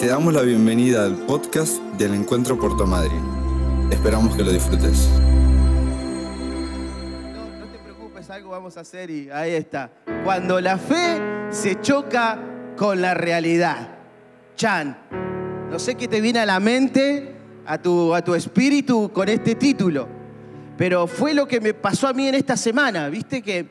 Te damos la bienvenida al podcast del Encuentro Puerto Madryn. Esperamos que lo disfrutes. No te preocupes, algo vamos a hacer y ahí está. Cuando la fe se choca con la realidad. Chan, no sé qué te viene a la mente, a tu espíritu con este título, pero fue lo que me pasó a mí en esta semana. Viste que,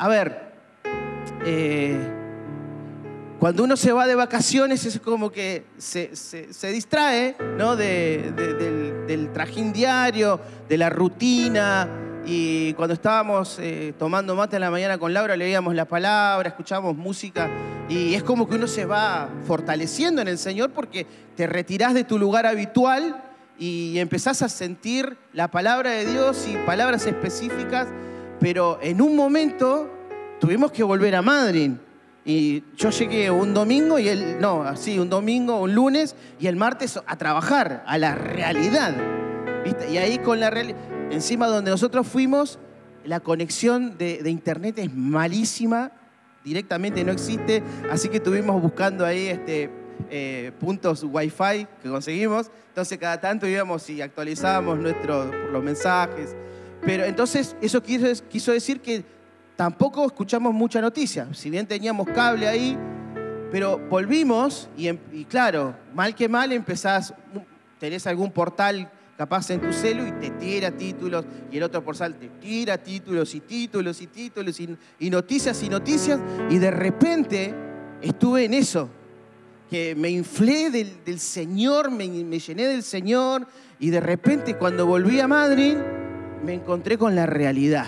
cuando uno se va de vacaciones es como que se distrae, ¿no? del trajín diario, de la rutina. Y cuando estábamos tomando mate en la mañana con Laura, leíamos la palabra, escuchábamos música. Y es como que uno se va fortaleciendo en el Señor porque te retirás de tu lugar habitual y empezás a sentir la palabra de Dios y palabras específicas. Pero en un momento tuvimos que volver a Madryn. Y yo llegué un domingo un lunes y el martes a trabajar, a la realidad, ¿viste? Y ahí con la realidad, encima donde nosotros fuimos, la conexión de internet es malísima, directamente no existe, así que estuvimos buscando ahí puntos wifi que conseguimos, entonces cada tanto íbamos y actualizábamos los mensajes, pero entonces eso quiso decir que tampoco escuchamos mucha noticia, si bien teníamos cable ahí, pero volvimos y claro, mal que mal tenés algún portal capaz en tu celu y te tira títulos y el otro portal te tira títulos y títulos y títulos y noticias y de repente estuve en eso, que me inflé del Señor, me llené del Señor y de repente cuando volví a Madryn me encontré con la realidad.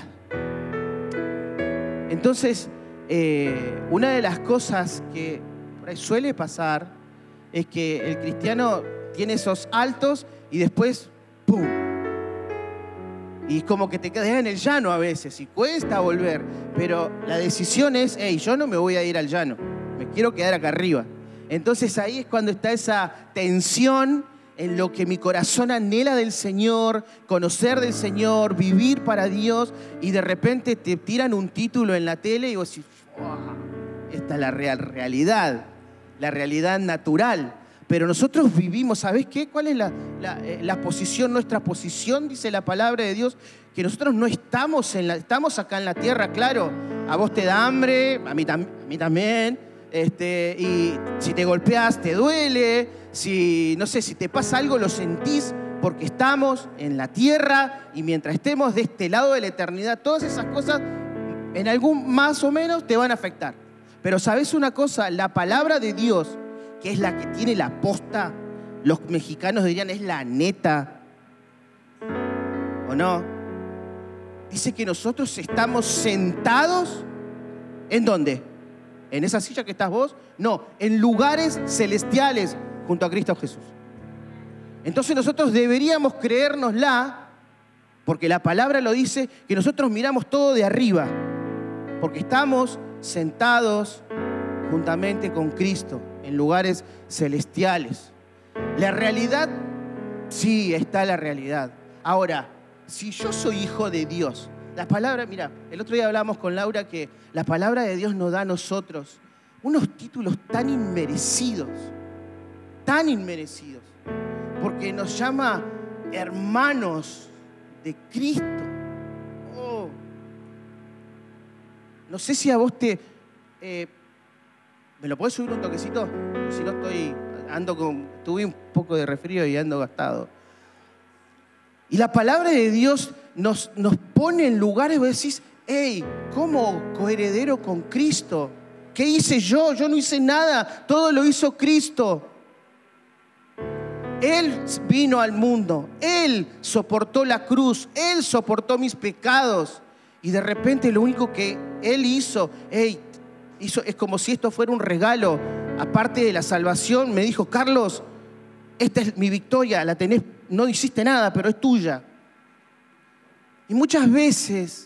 Entonces, una de las cosas que por ahí suele pasar es que el cristiano tiene esos altos y después, ¡pum! Y es como que te quedas en el llano a veces y cuesta volver. Pero la decisión es, yo no me voy a ir al llano, me quiero quedar acá arriba. Entonces ahí es cuando está esa tensión en lo que mi corazón anhela del Señor, conocer del Señor, vivir para Dios, y de repente te tiran un título en la tele y vos decís, esta es la realidad, la realidad natural. Pero nosotros vivimos, ¿sabés qué? ¿Cuál es la posición, nuestra posición? Dice la palabra de Dios, que nosotros no estamos estamos acá en la tierra, claro, a vos te da hambre, a mí también, y si te golpeas te duele, si te pasa algo lo sentís porque estamos en la tierra y mientras estemos de este lado de la eternidad, todas esas cosas en algún más o menos te van a afectar. Pero ¿sabés una cosa? La palabra de Dios, que es la que tiene la posta, los mexicanos dirían es la neta, ¿o no? Dice que nosotros estamos sentados, ¿en dónde? ¿En esa silla que estás vos? No, en lugares celestiales junto a Cristo Jesús. Entonces nosotros deberíamos creérnosla, porque la palabra lo dice, que nosotros miramos todo de arriba, porque estamos sentados juntamente con Cristo en lugares celestiales. La realidad, sí, está la realidad. Ahora, si yo soy hijo de Dios, la palabra, mira, el otro día hablamos con Laura que la palabra de Dios nos da a nosotros unos títulos tan inmerecidos, porque nos llama hermanos de Cristo. Oh. No sé si a vos ¿me lo podés subir un toquecito? Si no tuve un poco de resfrío y ando gastado. Y la palabra de Dios nos pone en lugares donde decís, ¿cómo coheredero con Cristo? ¿Qué hice yo? Yo no hice nada, todo lo hizo Cristo. Él vino al mundo, Él soportó la cruz, Él soportó mis pecados. Y de repente lo único que Él hizo, es como si esto fuera un regalo. Aparte de la salvación, me dijo, Carlos, esta es mi victoria, la tenés, no hiciste nada, pero es tuya. Y muchas veces,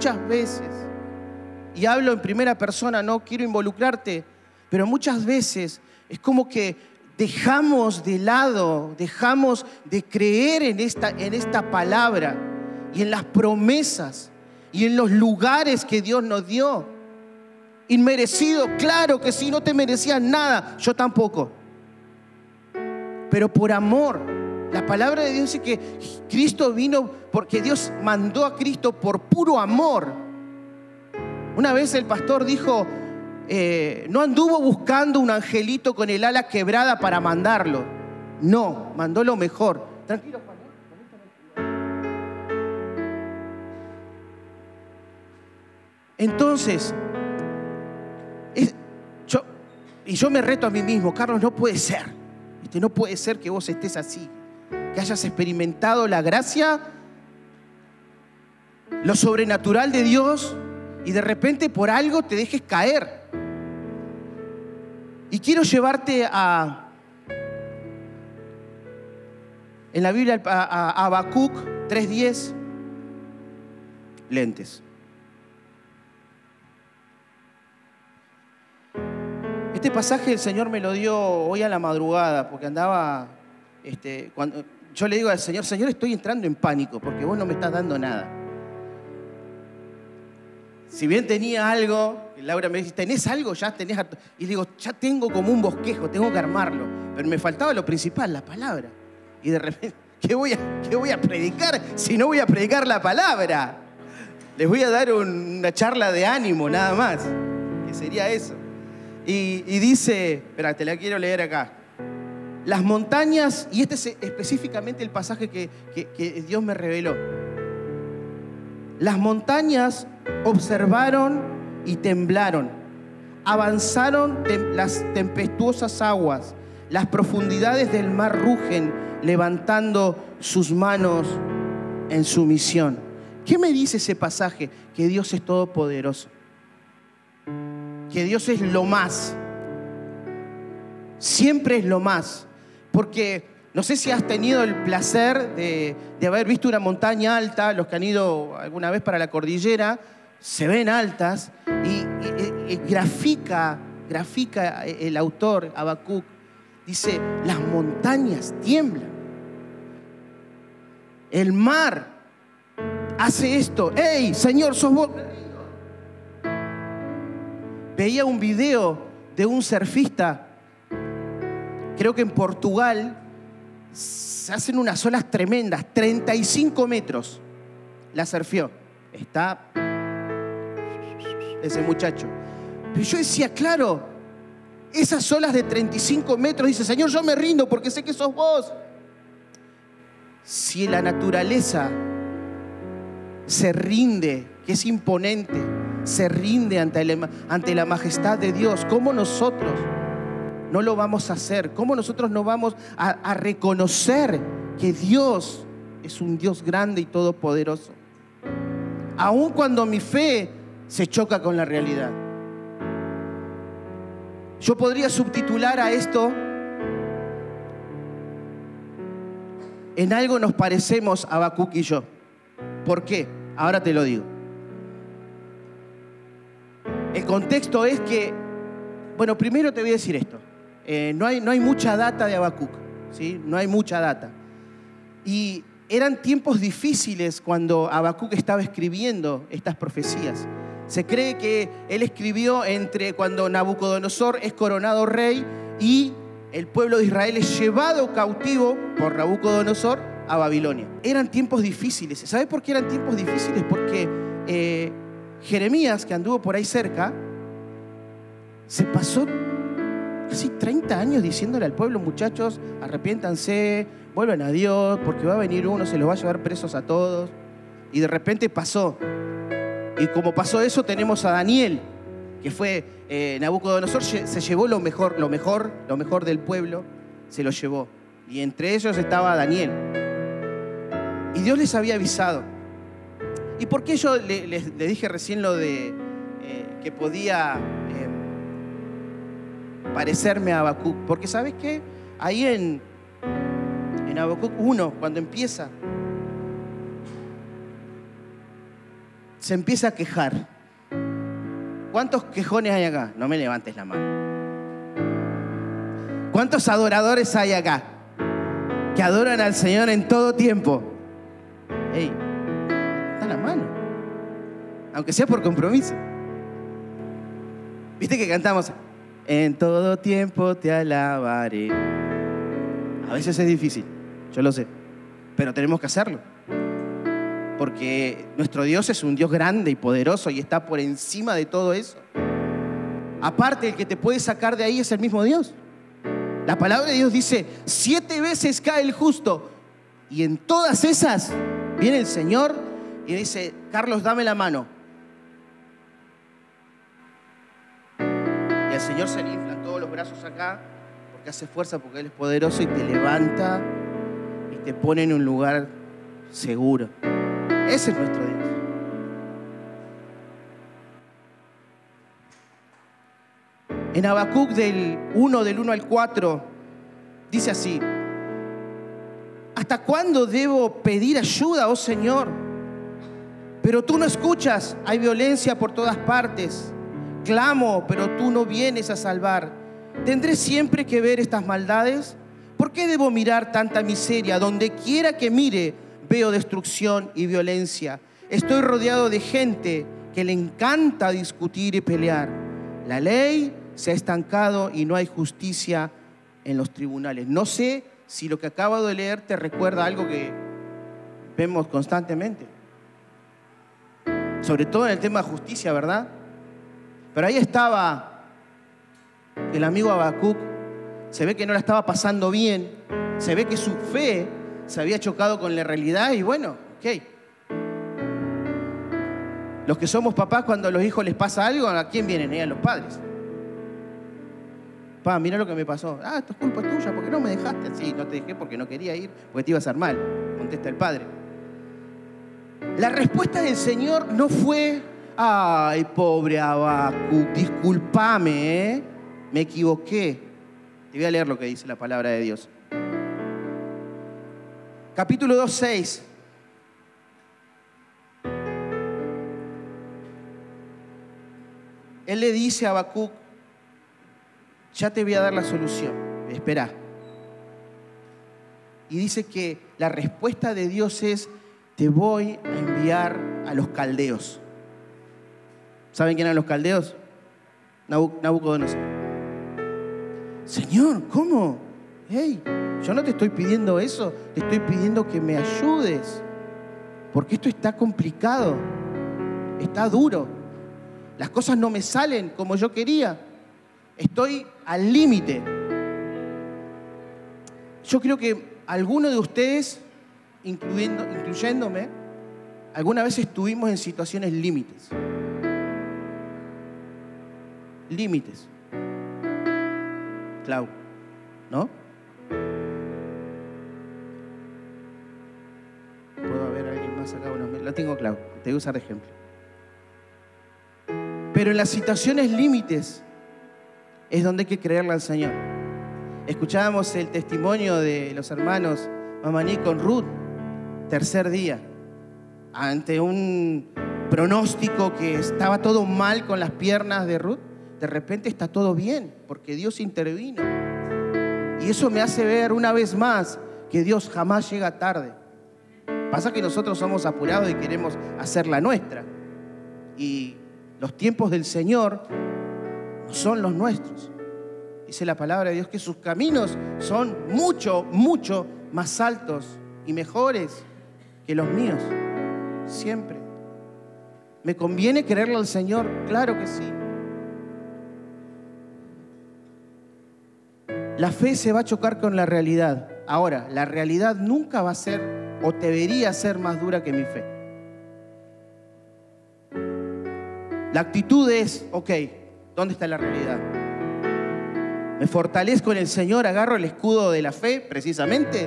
y hablo en primera persona, no quiero involucrarte, pero muchas veces es como que dejamos de lado, dejamos de creer en esta palabra y en las promesas y en los lugares que Dios nos dio. Inmerecido, claro que sí, no te merecías nada, yo tampoco. pero por amor. La palabra de Dios dice que Cristo vino porque Dios mandó a Cristo por puro amor. Una vez el pastor dijo, no anduvo buscando un angelito con el ala quebrada para mandarlo. No, mandó lo mejor. Tranquilo, Juan. Entonces, yo me reto a mí mismo, Carlos, no puede ser. No puede ser que vos estés así, que hayas experimentado la gracia, lo sobrenatural de Dios y de repente por algo te dejes caer. Y quiero llevarte en la Biblia a Habacuc 3:10, lentes. Este pasaje el Señor me lo dio hoy a la madrugada porque andaba, cuando yo le digo al Señor, Señor, estoy entrando en pánico porque vos no me estás dando nada. Si bien tenía algo, Laura me dice, ¿tenés algo? Ya tenés. Y le digo, ya tengo como un bosquejo, tengo que armarlo. Pero me faltaba lo principal, la palabra. Y de repente, ¿qué voy a predicar si no voy a predicar la palabra? Les voy a dar una charla de ánimo, nada más. ¿Qué sería eso? Y dice, espera, te la quiero leer acá. Las montañas, y este es específicamente el pasaje que Dios me reveló. Las montañas observaron y temblaron. Avanzaron las tempestuosas aguas. Las profundidades del mar rugen, levantando sus manos en sumisión. ¿Qué me dice ese pasaje? Que Dios es todopoderoso. Que Dios es lo más. Siempre es lo más. Porque no sé si has tenido el placer de haber visto una montaña alta. Los que han ido alguna vez para la cordillera se ven altas y grafica el autor Habacuc. Dice, las montañas tiemblan. El mar hace esto. ¡Ey, Señor, sos vos! Veía un video de un surfista, creo que en Portugal, se hacen unas olas tremendas, 35 metros. La surfeó. Está ese muchacho. Pero yo decía, claro, esas olas de 35 metros, dice, Señor, yo me rindo porque sé que sos vos. Si la naturaleza se rinde, que es imponente, se rinde ante la majestad de Dios, ¿cómo nosotros no lo vamos a hacer? ¿Cómo nosotros no vamos a reconocer que Dios es un Dios grande y todopoderoso? Aun cuando mi fe se choca con la realidad. Yo podría subtitular a esto: en algo nos parecemos a Habacuc y yo. ¿Por qué? Ahora te lo digo. El contexto es que, bueno, primero te voy a decir esto. No hay mucha data de Habacuc, ¿sí? No hay mucha data. Y eran tiempos difíciles cuando Habacuc estaba escribiendo estas profecías. Se cree que él escribió entre cuando Nabucodonosor es coronado rey y el pueblo de Israel es llevado cautivo por Nabucodonosor a Babilonia. Eran tiempos difíciles. ¿Sabes por qué eran tiempos difíciles? Porque Jeremías, que anduvo por ahí cerca, se pasó casi 30 años diciéndole al pueblo, muchachos, arrepiéntanse, vuelvan a Dios, porque va a venir uno, se los va a llevar presos a todos. Y de repente pasó. Y como pasó eso, tenemos a Daniel, que fue Nabucodonosor, se llevó lo mejor del pueblo, se lo llevó. Y entre ellos estaba Daniel. Y Dios les había avisado. ¿Y por qué yo le dije recién lo de que podía parecerme a Habacuc? Porque ¿sabes qué? Ahí en Habacuc 1, cuando empieza, se empieza a quejar. ¿Cuántos quejones hay acá? No me levantes la mano. ¿Cuántos adoradores hay acá que adoran al Señor en todo tiempo? ¡Ey! Da la mano. Aunque sea por compromiso. ¿Viste que cantamos? En todo tiempo te alabaré. A veces es difícil, yo lo sé, pero tenemos que hacerlo. Porque nuestro Dios es un Dios grande y poderoso y está por encima de todo eso. Aparte, el que te puede sacar de ahí es el mismo Dios. La palabra de Dios dice, 7 veces cae el justo. Y en todas esas viene el Señor y dice, Carlos, dame la mano. Y al Señor se le inflan todos los brazos acá, porque hace fuerza, porque Él es poderoso y te levanta y te pone en un lugar seguro. Ese es nuestro Dios. En Habacuc del 1 al 4 dice así: ¿hasta cuándo debo pedir ayuda, oh Señor? Pero tú no escuchas, hay violencia por todas partes. Clamo, pero tú no vienes a salvar. ¿Tendré siempre que ver estas maldades? ¿Por qué debo mirar tanta miseria? Donde quiera que mire, veo destrucción y violencia. Estoy rodeado de gente que le encanta discutir y pelear. La ley se ha estancado y no hay justicia en los tribunales. No sé si lo que acabo de leer te recuerda algo que vemos constantemente. Sobre todo en el tema de justicia, ¿verdad? Pero ahí estaba el amigo Habacuc. Se ve que no la estaba pasando bien. Se ve que su fe se había chocado con la realidad y bueno, ok. Los que somos papás, cuando a los hijos les pasa algo, ¿a quién vienen? A los padres. Pa, mira lo que me pasó. Ah, esto es culpa tuya, ¿por qué no me dejaste? Sí, no te dejé porque no quería ir, porque te iba a hacer mal, contesta el padre. La respuesta del Señor no fue, ay, pobre Habacuc, discúlpame, me equivoqué. Te voy a leer lo que dice la palabra de Dios. Capítulo 2, 6. Él le dice a Habacuc, ya te voy a dar la solución, espera. Y dice que la respuesta de Dios es, te voy a enviar a los caldeos. ¿Saben quién eran los caldeos? Nabucodonosor. Señor, ¿cómo? Hey, yo no te estoy pidiendo eso, te estoy pidiendo que me ayudes. Porque esto está complicado, está duro. Las cosas no me salen como yo quería. Estoy al límite. Yo creo que algunos de ustedes, incluyéndome, alguna vez estuvimos en situaciones límites. Límites. Clau, ¿no? ¿Puedo haber alguien más acá? Bueno, la tengo Clau, te voy a usar de ejemplo. Pero en las situaciones límites es donde hay que creerle al Señor. Escuchábamos el testimonio de los hermanos Mamaní con Ruth, tercer día, ante un pronóstico que estaba todo mal con las piernas de Ruth. De repente está todo bien, porque Dios intervino. Y eso me hace ver una vez más que Dios jamás llega tarde. Pasa que nosotros somos apurados y queremos hacer la nuestra. Y los tiempos del Señor no son los nuestros. Dice la palabra de Dios que sus caminos son mucho, mucho más altos y mejores que los míos. Siempre. ¿Me conviene creerle al Señor? Claro que sí. La fe se va a chocar con la realidad. Ahora, la realidad nunca va a ser o debería ser más dura que mi fe. La actitud es, ok, ¿dónde está la realidad? Me fortalezco en el Señor, agarro el escudo de la fe, precisamente.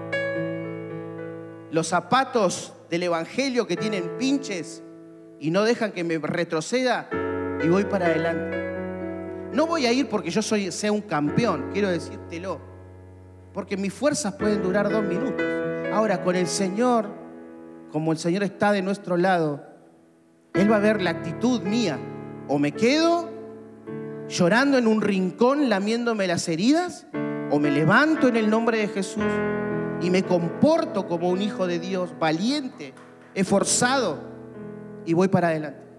Los zapatos del Evangelio que tienen pinches y no dejan que me retroceda y voy para adelante. No voy a ir porque yo sea un campeón, quiero decírtelo, porque mis fuerzas pueden durar 2 minutos. Ahora, con el Señor, como el Señor está de nuestro lado, Él va a ver la actitud mía. O me quedo llorando en un rincón, lamiéndome las heridas, o me levanto en el nombre de Jesús y me comporto como un hijo de Dios, valiente, esforzado, y voy para adelante.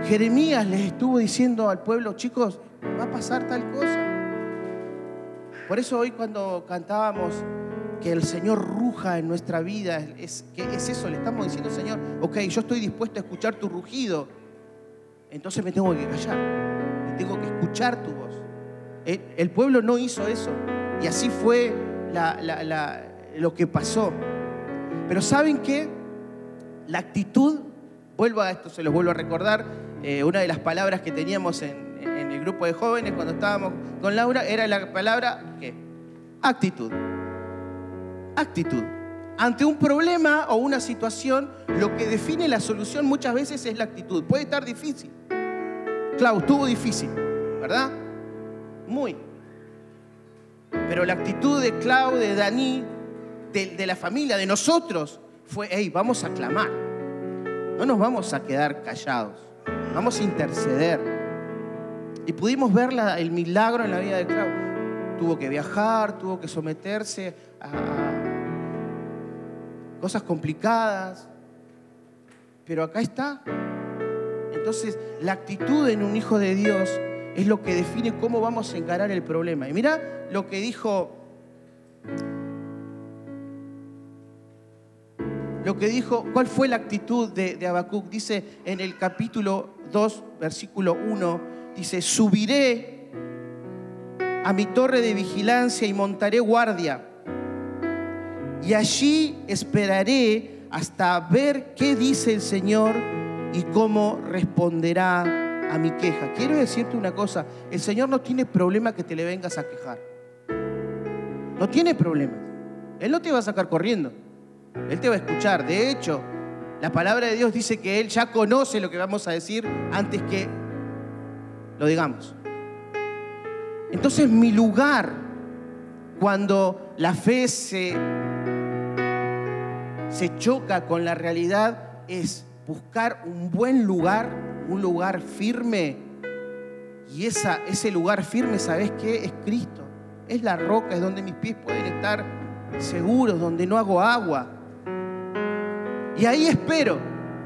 Jeremías les estuvo diciendo al pueblo, chicos, va a pasar tal cosa. Por eso hoy cuando cantábamos que el Señor ruja en nuestra vida, es eso, le estamos diciendo, Señor, ok, yo estoy dispuesto a escuchar tu rugido, entonces me tengo que callar, y tengo que escuchar tu voz. El pueblo no hizo eso, y así fue lo que pasó. Pero ¿saben qué? La actitud, vuelvo a esto, se los vuelvo a recordar, una de las palabras que teníamos en el grupo de jóvenes cuando estábamos con Laura era la palabra, ¿qué? Actitud. Actitud. Ante un problema o una situación, lo que define la solución muchas veces es la actitud. Puede estar difícil. Clau, estuvo difícil, ¿verdad? Muy. Pero la actitud de Clau, de Dani, de la familia, de nosotros, fue, hey, vamos a clamar. No nos vamos a quedar callados. Vamos a interceder. Y pudimos ver el milagro en la vida de Clau. Tuvo que viajar, tuvo que someterse a cosas complicadas. Pero acá está. Entonces, la actitud en un hijo de Dios es lo que define cómo vamos a encarar el problema. Y mira lo que dijo, ¿cuál fue la actitud de Habacuc? Dice en el capítulo 2, versículo 1, dice, subiré a mi torre de vigilancia y montaré guardia, y allí esperaré hasta ver qué dice el Señor y cómo responderá a mi queja. Quiero decirte una cosa, el Señor no tiene problema que te le vengas a quejar. No tiene problema. Él no te va a sacar corriendo. Él te va a escuchar. De hecho, la palabra de Dios dice que Él ya conoce lo que vamos a decir antes que lo digamos. Entonces, mi lugar, cuando la fe se choca con la realidad, es buscar un buen lugar, un lugar firme. Y ese lugar firme, ¿sabes qué? Es Cristo. Es la roca, es donde mis pies pueden estar seguros, donde no hago agua. Y ahí espero.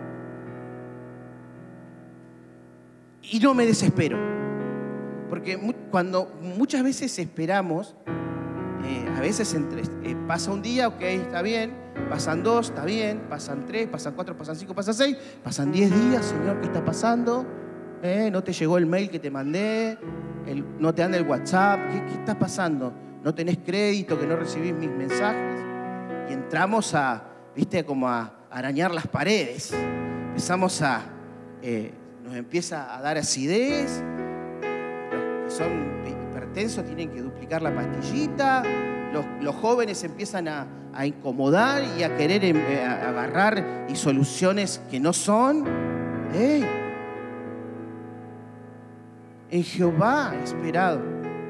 Y no me desespero. Porque cuando muchas veces esperamos, a veces pasa un día, ok, está bien, pasan 2, está bien, pasan 3, pasan 4, pasan 5, pasan 6, pasan 10 días, Señor, ¿qué está pasando? ¿No te llegó el mail que te mandé? ¿No te anda el WhatsApp? ¿Qué está pasando? ¿No tenés crédito, que no recibís mis mensajes? Y entramos como a arañar las paredes. Empezamos nos empieza a dar acidez. Los que son hipertensos tienen que duplicar la pastillita. Los jóvenes empiezan a incomodar y a querer agarrar y soluciones que no son. ¡Ey! En Jehová he esperado.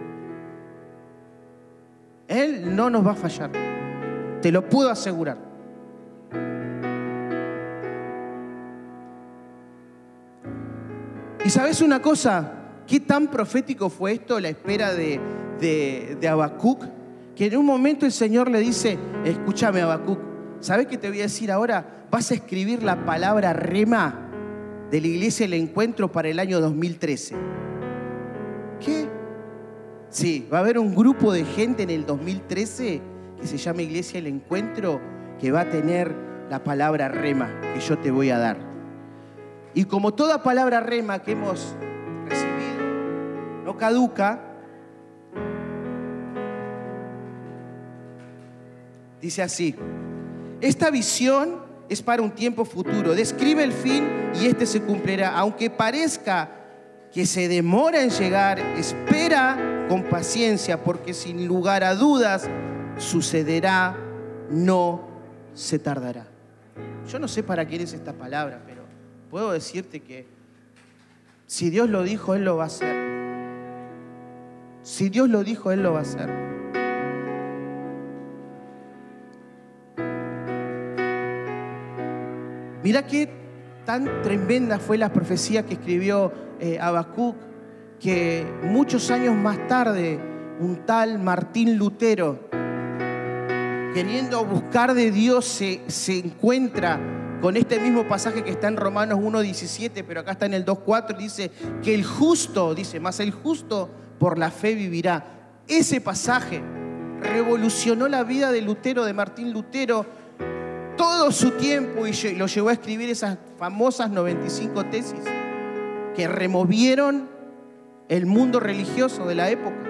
Él no nos va a fallar. Te lo puedo asegurar. ¿Y sabes una cosa? ¿Qué tan profético fue esto, la espera de Habacuc? Que en un momento el Señor le dice, escúchame Habacuc, ¿sabes qué te voy a decir ahora? Vas a escribir la palabra rema de la Iglesia del Encuentro para el año 2013. ¿Qué? Sí, va a haber un grupo de gente en el 2013 que se llama Iglesia del Encuentro que va a tener la palabra rema que yo te voy a dar. Y como toda palabra rema que hemos recibido no caduca, dice así: esta visión es para un tiempo futuro, describe el fin y este se cumplirá. Aunque parezca que se demora en llegar, espera con paciencia, porque sin lugar a dudas sucederá, no se tardará. Yo no sé para quién es esta palabra, pero puedo decirte que si Dios lo dijo, Él lo va a hacer. Si Dios lo dijo, Él lo va a hacer. Mirá qué tan tremenda fue la profecía que escribió Habacuc, que muchos años más tarde un tal Martín Lutero, queriendo buscar de Dios, se encuentra con este mismo pasaje que está en Romanos 1:17, pero acá está en el 2:4, dice que el justo, dice, más el justo por la fe vivirá. Ese pasaje revolucionó la vida de Lutero, de Martín Lutero, todo su tiempo, y lo llevó a escribir esas famosas 95 tesis que removieron el mundo religioso de la época.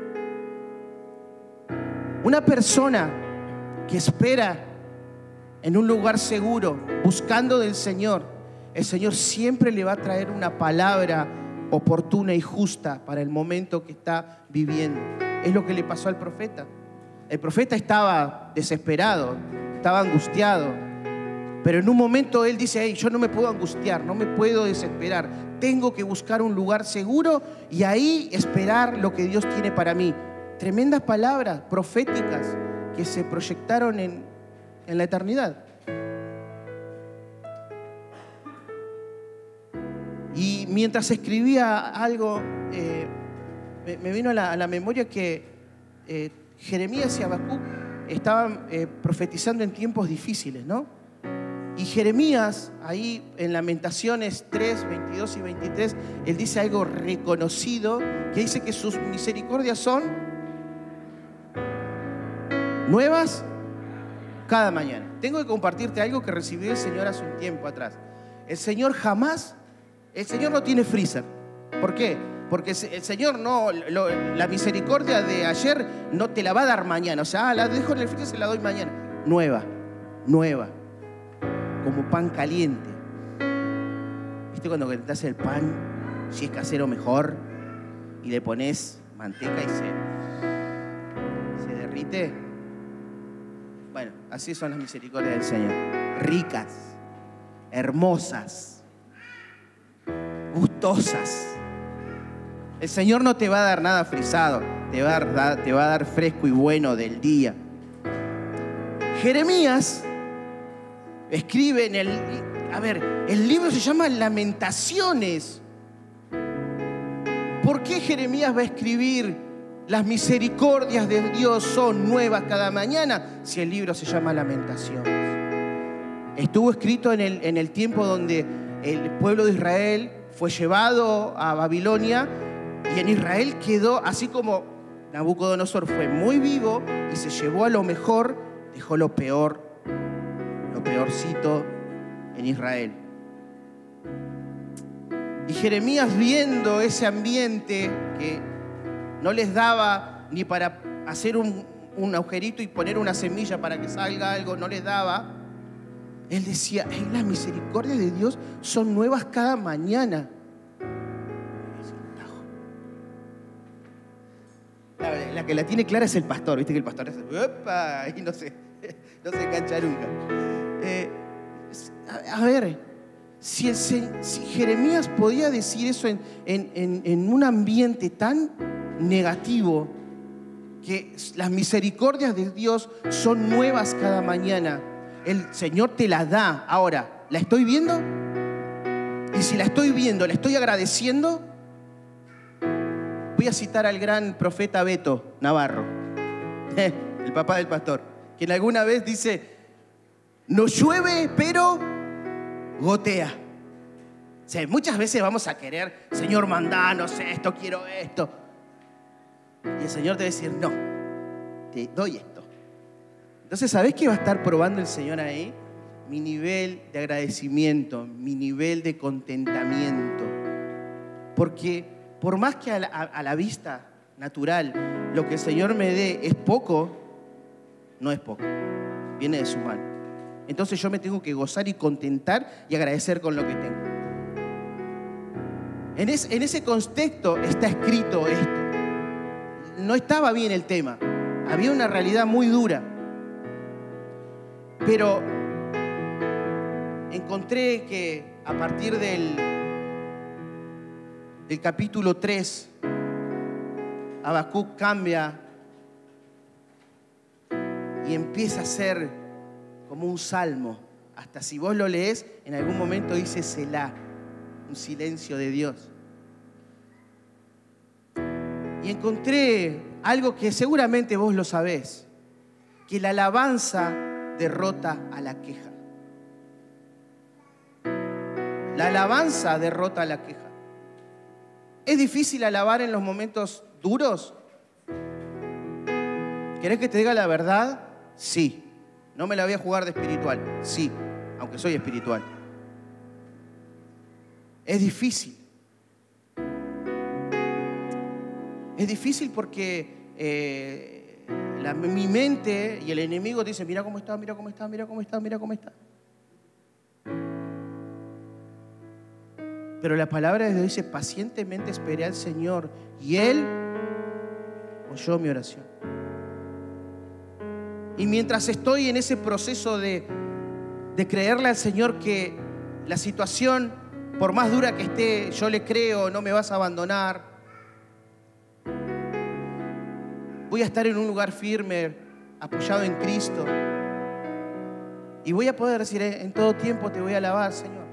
Una persona que espera en un lugar seguro, buscando del Señor, el Señor siempre le va a traer una palabra oportuna y justa para el momento que está viviendo. Es lo que le pasó al profeta. El profeta estaba desesperado, estaba angustiado, pero en un momento él dice: hey, yo no me puedo angustiar, no me puedo desesperar, tengo que buscar un lugar seguro y ahí esperar lo que Dios tiene para mí. Tremendas palabras proféticas que se proyectaron en la eternidad. Y mientras escribía algo, me vino a la memoria que Jeremías y Habacuc estaban profetizando en tiempos difíciles, ¿no? Y Jeremías, ahí en Lamentaciones 3, 22 y 23, él dice algo reconocido, que dice que sus misericordias son nuevas cada mañana. Tengo que compartirte algo que recibí del Señor hace un tiempo atrás. El Señor no tiene freezer. ¿Por qué? Porque el Señor la misericordia de ayer no te la va a dar mañana. O sea, la dejo en el freezer, se la doy mañana. Nueva, como pan caliente. ¿Viste cuando calentás el pan, si es casero mejor, y le pones manteca y se derrite? Bueno, así son las misericordias del Señor. Ricas, hermosas, gustosas. El Señor no te va a dar nada frisado, te va a dar fresco y bueno del día. Jeremías escribe el libro se llama Lamentaciones. ¿Por qué Jeremías va a escribir las misericordias de Dios son nuevas cada mañana si el libro se llama Lamentaciones? Estuvo escrito en el tiempo donde el pueblo de Israel fue llevado a Babilonia, y en Israel quedó, así como Nabucodonosor fue muy vivo y se llevó a lo mejor, dejó lo peorcito en Israel. Y Jeremías, viendo ese ambiente que no les daba ni para hacer un agujerito y poner una semilla para que salga algo, no les daba, él decía: hey, las misericordias de Dios son nuevas cada mañana. La que la tiene clara es el pastor. Viste que el pastor es ¡opa! Y no se cancha nunca. A ver, si Jeremías podía decir eso en un ambiente tan negativo, que las misericordias de Dios son nuevas cada mañana, el Señor te las da. Ahora, ¿la estoy viendo? Y si la estoy viendo, ¿la estoy agradeciendo? Voy a citar al gran profeta Beto Navarro, el papá del pastor, quien alguna vez dice: no llueve, pero gotea. O sea, muchas veces vamos a querer: Señor, mandanos esto, quiero esto. Y el Señor te va a decir: no, te doy esto. Entonces, ¿sabés qué va a estar probando el Señor ahí? Mi nivel de agradecimiento, mi nivel de contentamiento. Porque por más que a la vista natural lo que el Señor me dé es poco, no es poco, viene de su mano. Entonces yo me tengo que gozar y contentar y agradecer con lo que tengo. En ese contexto está escrito esto. No estaba bien el tema, había una realidad muy dura, pero encontré que a partir del capítulo 3, Habacuc cambia y empieza a ser como un salmo. Hasta si vos lo lees, en algún momento dice Selah, un silencio de Dios. Y encontré algo que seguramente vos lo sabés, que la alabanza derrota a la queja. La alabanza derrota la queja. ¿Es difícil alabar en los momentos duros? ¿Querés que te diga la verdad? Sí. No me la voy a jugar de espiritual. Sí, aunque soy espiritual. Es difícil. Es difícil porque mi mente y el enemigo te dicen, mira cómo está, mira cómo está, mira cómo está, mira cómo está. Pero la palabra de Dios dice, pacientemente esperé al Señor y Él oyó mi oración. Y mientras estoy en ese proceso de creerle al Señor que la situación, por más dura que esté, yo le creo, no me vas a abandonar. Voy a estar en un lugar firme, apoyado en Cristo. Y voy a poder decir, en todo tiempo te voy a alabar, Señor.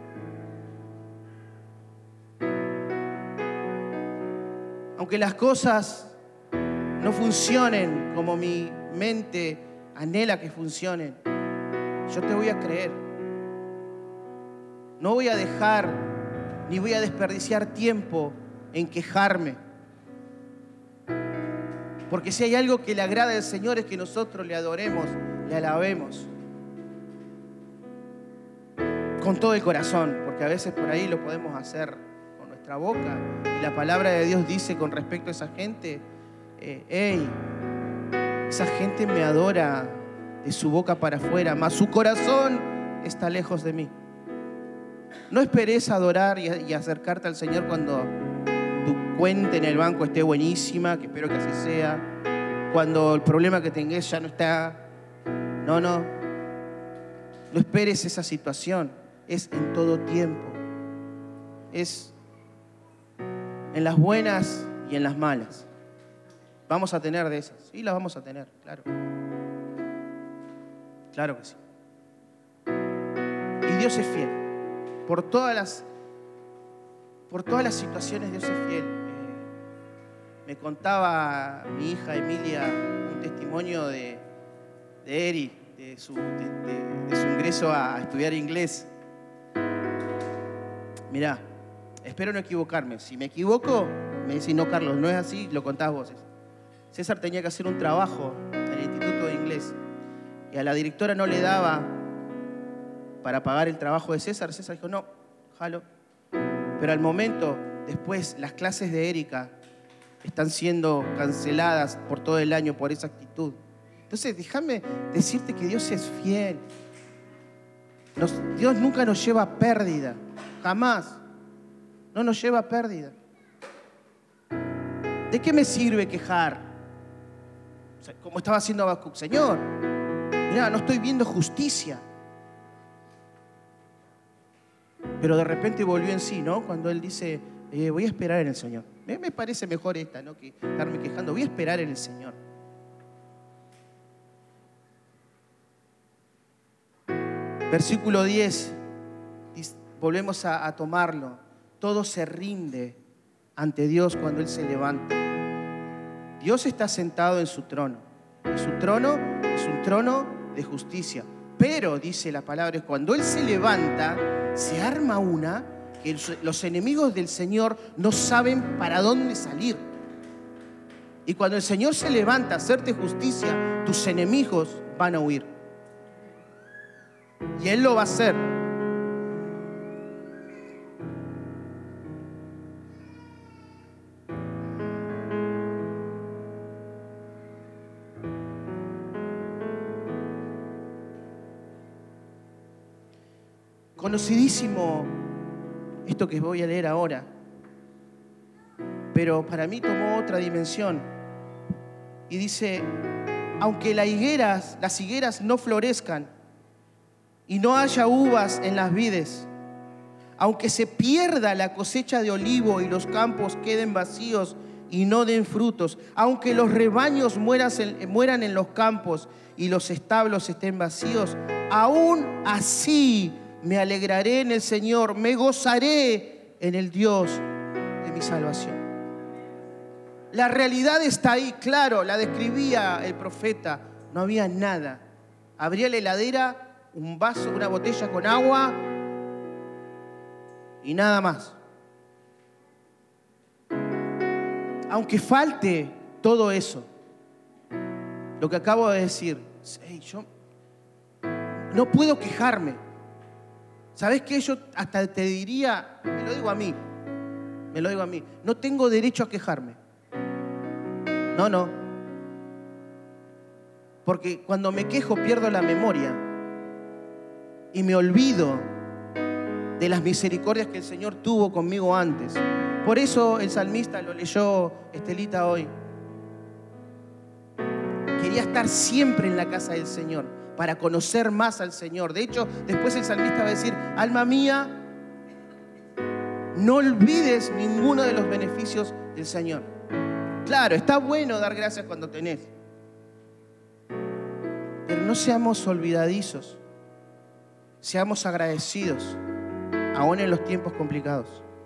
Aunque las cosas no funcionen como mi mente anhela que funcionen, yo te voy a creer. No voy a dejar ni voy a desperdiciar tiempo en quejarme. Porque si hay algo que le agrada al Señor es que nosotros le adoremos, le alabemos. Con todo el corazón, porque a veces por ahí lo podemos hacer con nuestra boca. Y la palabra de Dios dice con respecto a esa gente, esa gente me adora de su boca para afuera, mas su corazón está lejos de mí. No esperes adorar y acercarte al Señor cuando tu cuenta en el banco esté buenísima, que espero que así sea, cuando el problema que tengas ya no está. No esperes esa situación. Es en todo tiempo. Es en las buenas y en las malas. Vamos a tener de esas. Sí, las vamos a tener, claro. Claro que sí. Y Dios es fiel. Por todas las situaciones Dios es fiel. Me contaba mi hija Emilia un testimonio de Eri, de su ingreso a estudiar inglés. Mirá, espero no equivocarme. Si me equivoco, me decís, no, Carlos, no es así, lo contás vos. César tenía que hacer un trabajo en el Instituto de Inglés y a la directora no le daba para pagar el trabajo de César. César dijo, no, jalo. Pero al momento, después, las clases de Erika están siendo canceladas por todo el año por esa actitud. Entonces, déjame decirte que Dios es fiel. Dios nunca nos lleva a pérdida, jamás. No nos lleva a pérdida. ¿De qué me sirve quejar? O sea, como estaba haciendo Habacuc, Señor, mirá, no estoy viendo justicia. Pero de repente volvió en sí, ¿no? Cuando él dice, voy a esperar en el Señor. Me parece mejor esta, ¿no? Que estarme quejando. Voy a esperar en el Señor. Versículo 10, volvemos a tomarlo. Todo se rinde ante Dios cuando Él se levanta. Dios está sentado en su trono. Y su trono es un trono de justicia. Pero, dice la palabra, cuando Él se levanta, se arma una que los enemigos del Señor no saben para dónde salir. Y cuando el Señor se levanta a hacerte justicia, tus enemigos van a huir. Y Él lo va a hacer. Conocidísimo esto que voy a leer ahora, pero para mí tomó otra dimensión. Y dice, aunque las higueras no florezcan y no haya uvas en las vides, aunque se pierda la cosecha de olivo y los campos queden vacíos y no den frutos, aunque los rebaños mueran en los campos y los establos estén vacíos, aún así me alegraré en el Señor, me gozaré en el Dios de mi salvación. La realidad está ahí, claro, la describía el profeta. No había nada. Abría la heladera, un vaso, una botella con agua y nada más. Aunque falte todo eso, lo que acabo de decir, yo no puedo quejarme. ¿Sabes qué? Yo hasta te diría, me lo digo a mí, no tengo derecho a quejarme. No. Porque cuando me quejo pierdo la memoria y me olvido de las misericordias que el Señor tuvo conmigo antes. Por eso el salmista lo leyó Estelita hoy. Quería estar siempre en la casa del Señor para conocer más al Señor. De hecho, después el salmista va a decir, alma mía, no olvides ninguno de los beneficios del Señor. Claro, está bueno dar gracias cuando tenés, pero no seamos olvidadizos, seamos agradecidos, aún en los tiempos complicados.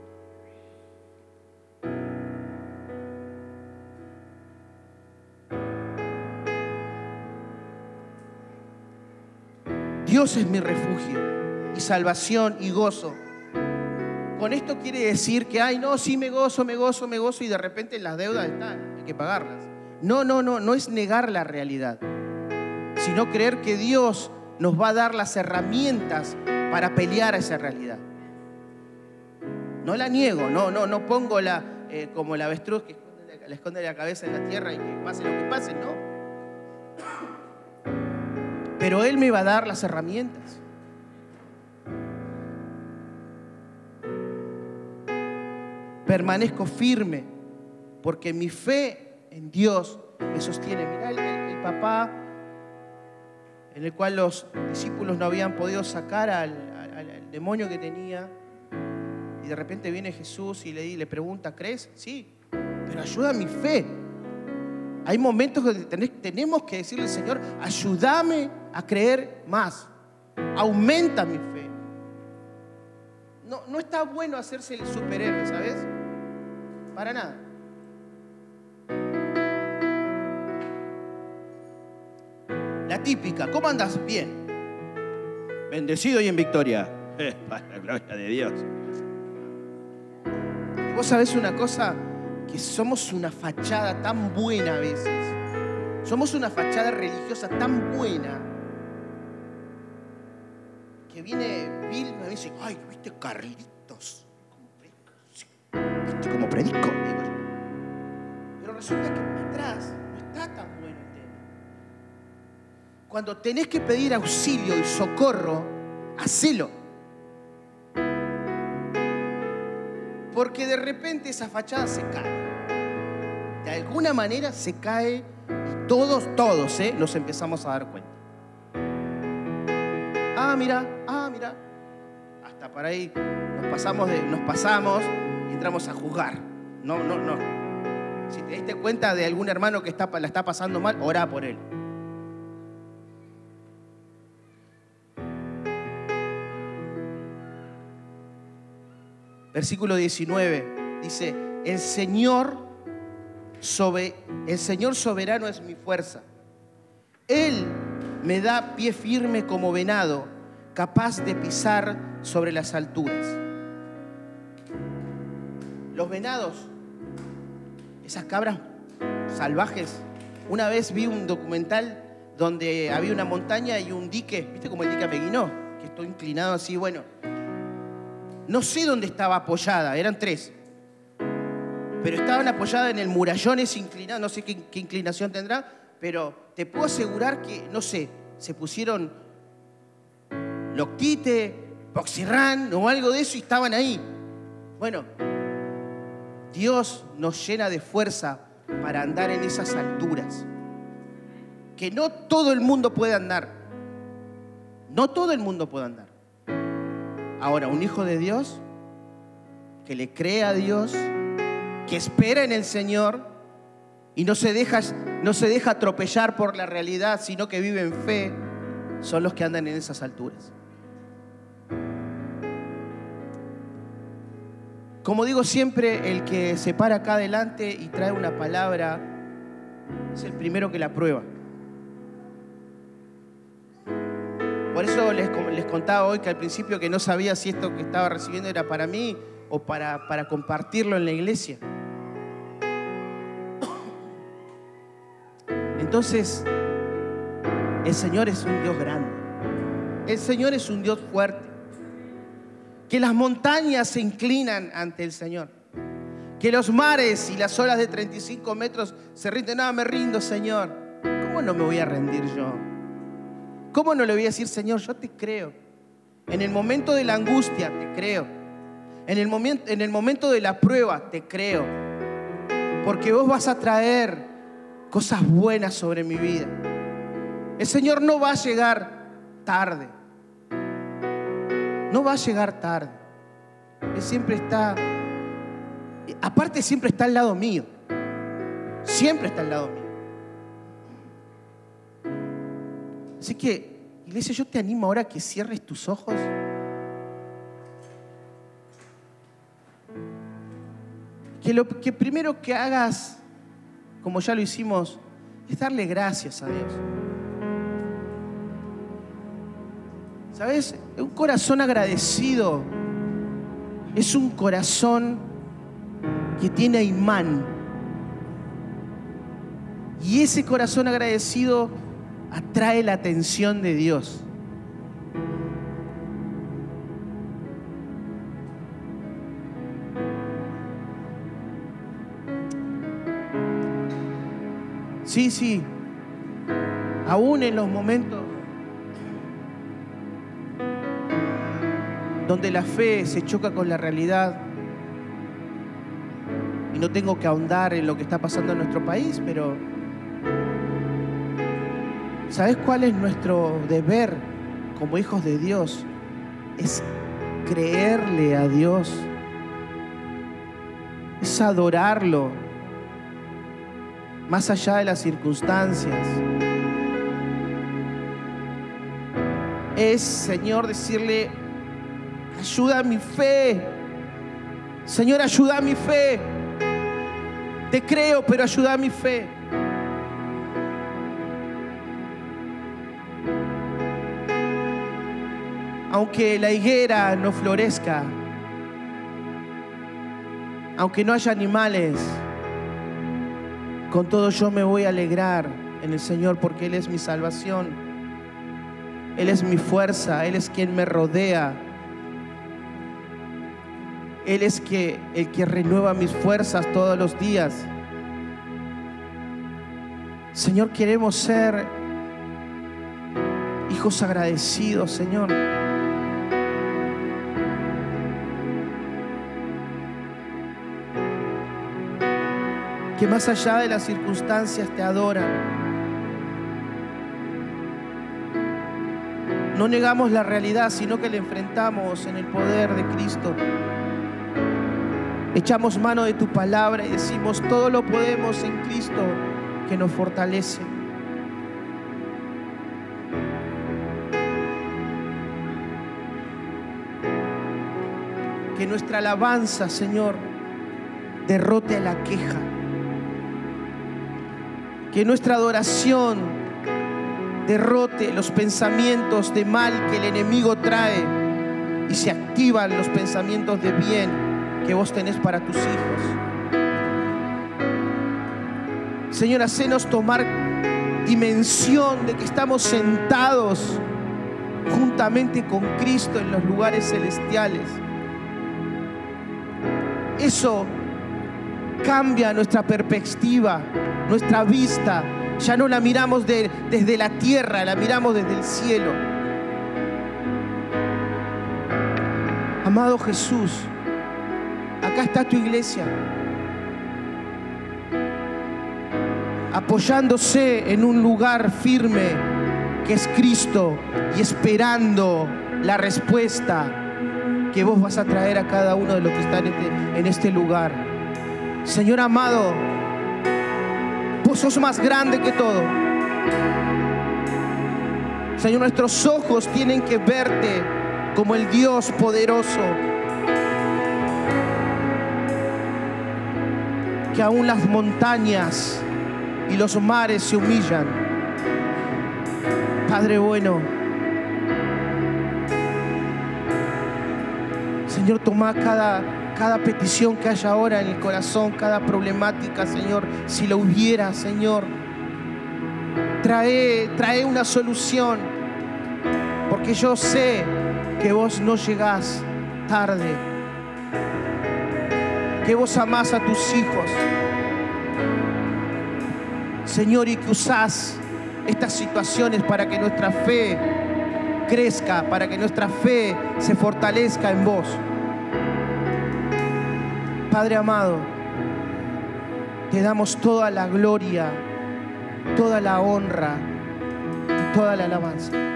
Dios es mi refugio y salvación y gozo. Con esto quiere decir que, sí me gozo y de repente las deudas están, hay que pagarlas. No es negar la realidad, sino creer que Dios nos va a dar las herramientas para pelear a esa realidad. No la niego, no pongo como el avestruz que le esconde la cabeza en la tierra y que pase lo que pase, no. Pero Él me va a dar las herramientas. Permanezco firme porque mi fe en Dios me sostiene. Mirá el papá en el cual los discípulos no habían podido sacar al demonio que tenía, y de repente viene Jesús y le pregunta, ¿crees? Sí, pero ayuda a mi fe. Hay momentos que tenemos que decirle al Señor, ayúdame a creer más, aumenta mi fe. No está bueno hacerse el superhéroe, ¿sabes? Para nada. La típica, ¿cómo andas? Bien. Bendecido y en victoria. Para la gloria de Dios. Y vos sabés una cosa, que somos una fachada tan buena a veces. Somos una fachada religiosa tan buena que viene Bill y me dice, ¿viste Carlitos? ¿Viste cómo predico? Pero resulta que atrás no está tan bueno el tema. Cuando tenés que pedir auxilio y socorro, hacelo. Porque de repente esa fachada se cae. De alguna manera se cae y todos nos empezamos a dar cuenta. Mira. Hasta para ahí nos pasamos y entramos a juzgar. No. Si te diste cuenta de algún hermano que la está pasando mal, orá por él. Versículo 19 dice, el Señor soberano es mi fuerza. Él me da pie firme como venado, capaz de pisar sobre las alturas. Los venados, esas cabras salvajes. Una vez vi un documental donde había una montaña y un dique, ¿viste como el dique Ameguinó? Que estoy inclinado así, bueno. No sé dónde estaba apoyada, eran 3. Pero estaban apoyadas en el murallón ese inclinado, no sé qué inclinación tendrá, pero te puedo asegurar que, no sé, se pusieron Loctite, Boxirran o algo de eso y estaban ahí. Bueno, Dios nos llena de fuerza para andar en esas alturas. Que no todo el mundo puede andar. No todo el mundo puede andar. Ahora, un hijo de Dios que le cree a Dios, que espera en el Señor y no se deja atropellar por la realidad, sino que vive en fe, son los que andan en esas alturas. Como digo siempre, el que se para acá adelante y trae una palabra es el primero que la prueba. Por eso les contaba hoy que al principio que no sabía si esto que estaba recibiendo era para mí o para compartirlo en la iglesia. Entonces, el Señor es un Dios grande. El Señor es un Dios fuerte. Que las montañas se inclinan ante el Señor. Que los mares y las olas de 35 metros se rinden. No, me rindo, Señor. ¿Cómo no me voy a rendir yo? ¿Cómo no le voy a decir, Señor, yo te creo? En el momento de la angustia, te creo. En el momento de la prueba, te creo. Porque vos vas a traer cosas buenas sobre mi vida. El Señor no va a llegar tarde. No va a llegar tarde. Él siempre está, aparte siempre está al lado mío. Siempre está al lado mío. Así que, iglesia, yo te animo ahora a que cierres tus ojos. Que lo que primero que hagas, como ya lo hicimos, es darle gracias a Dios. ¿Sabes? Un corazón agradecido es un corazón que tiene imán. Y ese corazón agradecido atrae la atención de Dios. Sí. Aún en los momentos donde la fe se choca con la realidad, y no tengo que ahondar en lo que está pasando en nuestro país, pero ¿sabes cuál es nuestro deber como hijos de Dios? Es creerle a Dios, es adorarlo más allá de las circunstancias. Es, Señor, decirle: ayuda a mi fe. Señor, ayuda a mi fe. Te creo, pero ayuda a mi fe. Aunque la higuera no florezca, aunque no haya animales, con todo yo me voy a alegrar en el Señor, porque Él es mi salvación. Él es mi fuerza. Él es quien me rodea. Él es el que renueva mis fuerzas todos los días. Señor, queremos ser hijos agradecidos, Señor. Que más allá de las circunstancias te adoran. No negamos la realidad, sino que la enfrentamos en el poder de Cristo. Echamos mano de tu palabra y decimos: todo lo podemos en Cristo que nos fortalece. Que nuestra alabanza, Señor, derrote a la queja. Que nuestra adoración derrote los pensamientos de mal que el enemigo trae y se activan los pensamientos de bien que vos tenés para tus hijos. Señor, hacenos tomar dimensión de que estamos sentados juntamente con Cristo en los lugares celestiales. Eso cambia nuestra perspectiva, nuestra vista. Ya no la miramos desde la tierra, la miramos desde el cielo. Amado Jesús, acá está tu iglesia, apoyándose en un lugar firme que es Cristo y esperando la respuesta que vos vas a traer a cada uno de los que están en este lugar. Señor amado, vos sos más grande que todo. Señor, nuestros ojos tienen que verte como el Dios poderoso, que aún las montañas y los mares se humillan. Padre bueno, Señor, toma cada petición que haya ahora en el corazón, cada problemática, Señor, si lo hubiera, Señor. Trae una solución, porque yo sé que vos no llegás tarde, que vos amás a tus hijos, Señor, y que usás estas situaciones para que nuestra fe crezca, para que nuestra fe se fortalezca en vos. Padre amado, te damos toda la gloria, toda la honra y toda la alabanza.